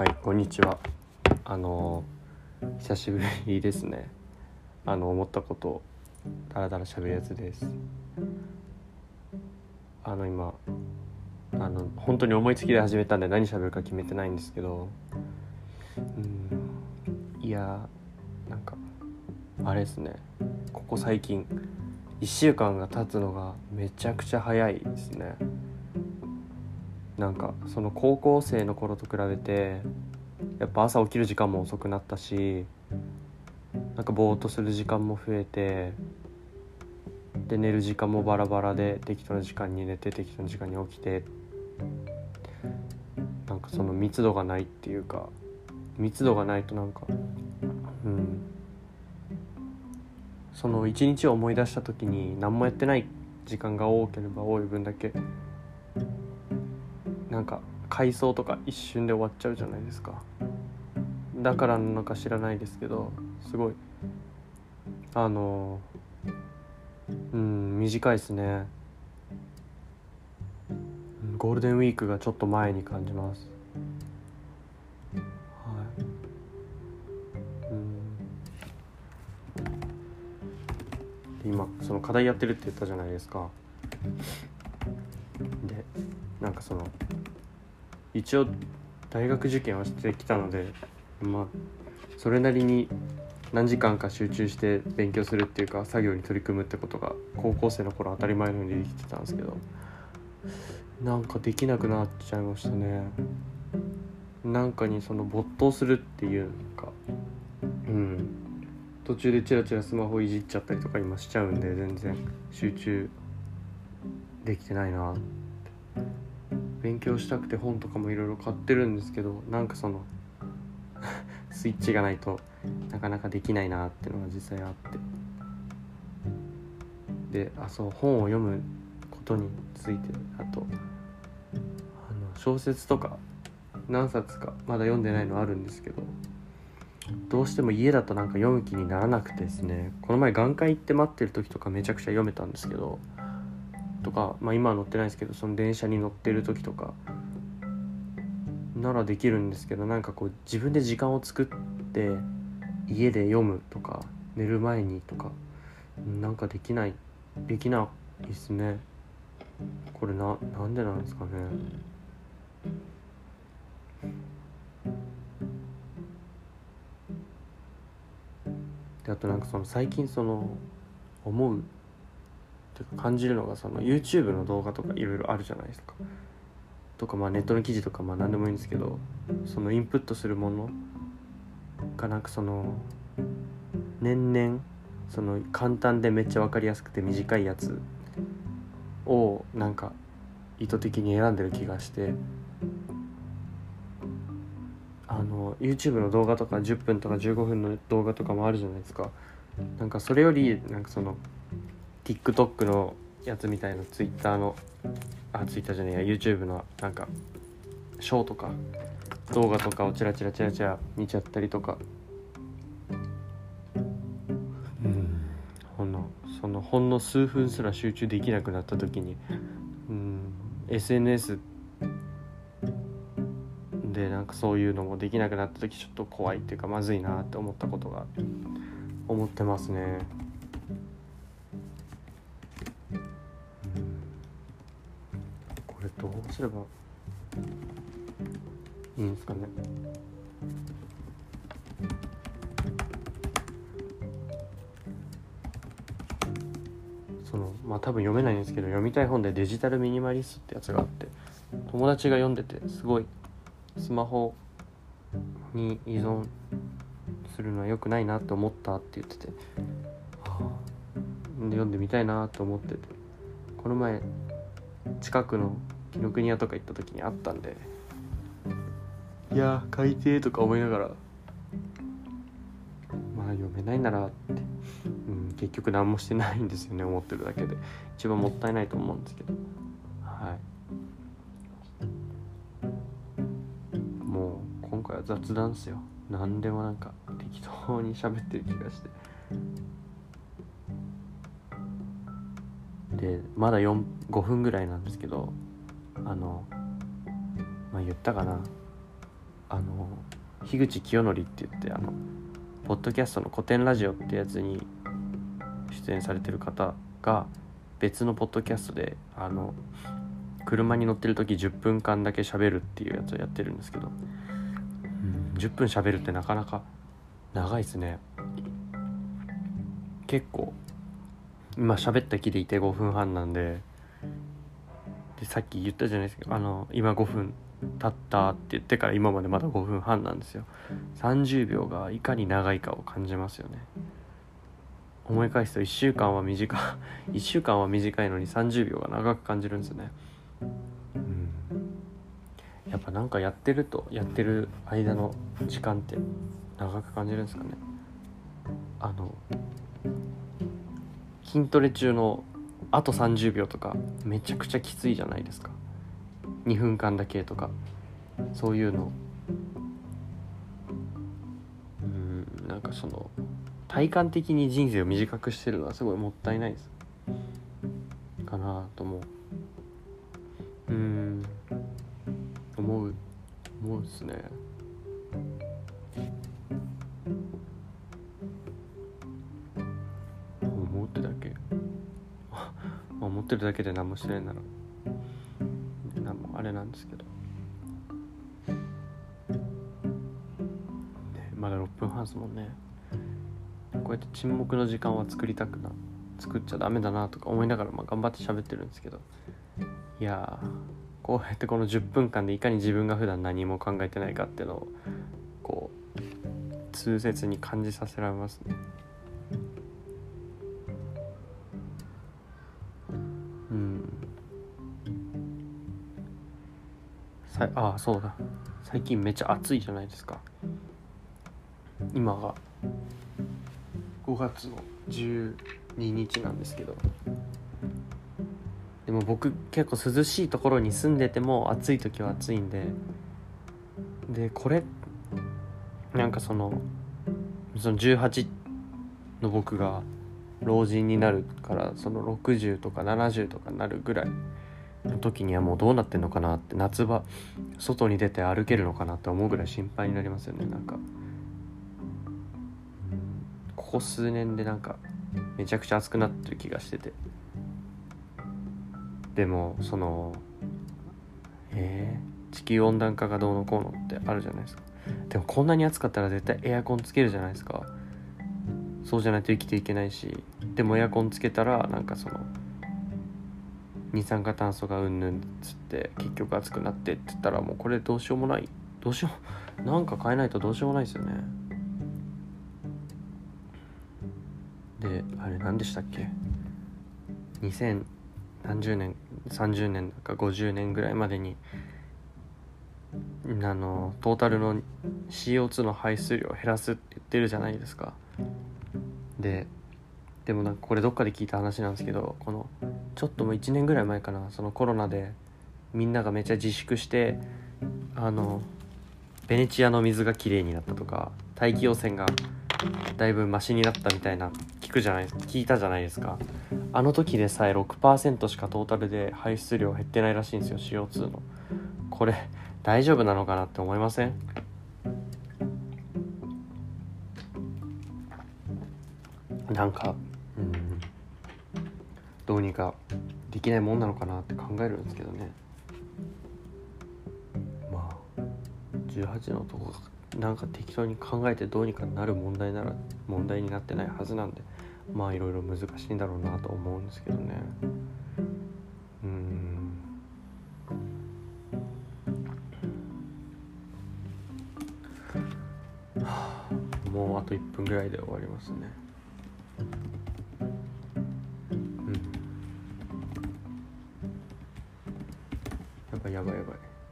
はい、こんにちは。久しぶりですね。思ったことをだらだら喋るやつです。今本当に思いつきで始めたんで何喋るか決めてないんですけど、いやなんかあれですね。ここ最近1週間が経つのがめちゃくちゃ早いですね。なんかその高校生の頃と比べてやっぱ朝起きる時間も遅くなったし、なんかぼーっとする時間も増えて、で寝る時間もバラバラで適当な時間に寝て適当な時間に起きて、なんかその密度がないっていうか、密度がないとなんかその一日を思い出した時に何もやってない時間が多ければ多い分だけなんか回想とか一瞬で終わっちゃうじゃないですか。だからなんか知らないですけど、すごい短いですね。ゴールデンウィークがちょっと前に感じます。はい。今その課題やってるって言ったじゃないですか。でなんかその一応大学受験をしてきたので、それなりに何時間か集中して勉強するっていうか作業に取り組むってことが高校生の頃当たり前のようにできてたんですけど、なんかできなくなっちゃいましたね。なんかにその没頭するっていうか、途中でチラチラスマホいじっちゃったりとか今しちゃうんで、全然集中できてないな。勉強したくて本とかもいろいろ買ってるんですけど、なんかそのスイッチがないとなかなかできないなっていうのが実際あって、でそう本を読むことについて、あと小説とか何冊かまだ読んでないのあるんですけど、どうしても家だとなんか読む気にならなくてですね。この前眼科行って待ってる時とかめちゃくちゃ読めたんですけど、とか今は乗ってないですけど、その電車に乗ってる時とかならできるんですけど、なんかこう自分で時間を作って家で読むとか寝る前にとかなんかできないですね。これなんでなんですかね。であとなんかその最近その思うというか感じるのが、その YouTube の動画とかいろいろあるじゃないですか。とかネットの記事とか何でもいいんですけど、そのインプットするものがなんかその年々その簡単でめっちゃ分かりやすくて短いやつをなんか意図的に選んでる気がして、YouTube の動画とか10分とか15分の動画とかもあるじゃないですか。なんかそれよりなんかその TikTok のやつみたいな Twitter じゃねえや YouTube のなんかショーとか動画とかをチラチラ見ちゃったりとか、そのほんの数分すら集中できなくなった時にSNS でなんかそういうのもできなくなった時ちょっと怖いっていうかまずいなって思ったことが思ってますね。これどうすればいいんですかね。多分読めないんですけど、読みたい本でデジタルミニマリストってやつがあって、友達が読んでてすごいスマホに依存するのは良くないなって思ったって言ってて、読んでみたいなと思ってて、この前近くの紀ノ国屋とか行った時にあったんで、いや買いてーとか思いながら、読めないならって、結局何もしてないんですよね。思ってるだけで一番もったいないと思うんですけど、もう今回は雑談っすよ。何でもなんか適当に喋ってる気がして、でまだ5分ぐらいなんですけど、言ったかな、 樋口清則って言ってポッドキャストの古典ラジオってやつに出演されてる方が別のポッドキャストで車に乗ってる時10分間だけ喋るっていうやつをやってるんですけど、10分喋るってなかなか長いですね。結構今喋ったきりいて5分半なんで、さっき言ったじゃないですか、今5分経ったって言ってから今までまだ5分半なんですよ。30秒がいかに長いかを感じますよね。思い返すと1週間は短いのに30秒が長く感じるんですよね。やっぱなんかやってる間の時間って長く感じるんですかね。筋トレ中のあと30秒とかめちゃくちゃきついじゃないですか。2分間だけとかそういうの、なんかその体感的に人生を短くしてるのはすごいもったいないですかなと思うですね。思ってるだけで何もしてないなら何もあれなんですけど、まだ6分半ですもんね。こうやって沈黙の時間は作っちゃダメだなとか思いながら頑張って喋ってるんですけど、いやこうやってこの10分間でいかに自分が普段何も考えてないかっていうのをこう痛切に感じさせられますね。そうだ、最近めっちゃ暑いじゃないですか。今が5月の12日なんですけど、でも僕結構涼しいところに住んでても暑い時は暑いんで、これなんかその18の僕が老人になるから、その60とか70とかなるぐらいの時にはもうどうなってんのかなって、夏場外に出て歩けるのかなって思うぐらい心配になりますよね。なんかここ数年でなんかめちゃくちゃ暑くなってる気がしてて、でもその地球温暖化がどうのこうのってあるじゃないですか。でもこんなに暑かったら絶対エアコンつけるじゃないですか。そうじゃないと生きていけないし、でもエアコンつけたらなんかその二酸化炭素がうんぬんつって結局暑くなってって言ったら、もうこれどうしようなんか変えないとどうしようもないですよね。であれ何でしたっけ、2000何十年30年か50年ぐらいまでにトータルの CO2 の排出量を減らすって言ってるじゃないですか。でもなんかこれどっかで聞いた話なんですけど、このちょっともう1年ぐらい前かな、そのコロナでみんながめっちゃ自粛してベネチアの水がきれいになったとか、大気汚染がだいぶマシになったみたいな聞いたじゃないですか。あの時でさえ 6% しかトータルで排出量減ってないらしいんですよ、 CO2 の。これ大丈夫なのかなって思いません？なんかどうにかできないもんなのかなって考えるんですけどね。まあ18のとこなんか適当に考えてどうにかなる問題なら問題になってないはずなんで、まあいろいろ難しいんだろうなと思うんですけどね。もうあと1分ぐらいで終わりますね。やばい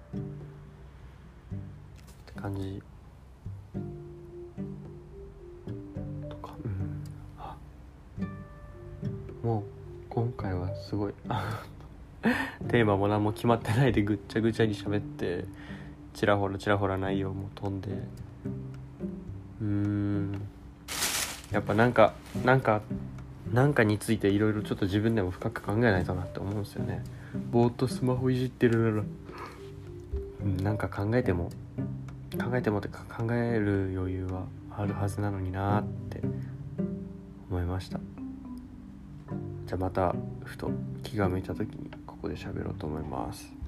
って感じとか、もう今回はすごいテーマも何も決まってないでぐっちゃぐちゃに喋って、ちらほら内容も飛んで、やっぱなんかについていろいろちょっと自分でも深く考えないとなって思うんですよね。ぼーっとスマホいじってるなら、なんか考えても考えてもってか考える余裕はあるはずなのになって思いました。じゃあまたふと気が向いた時にここで喋ろうと思います。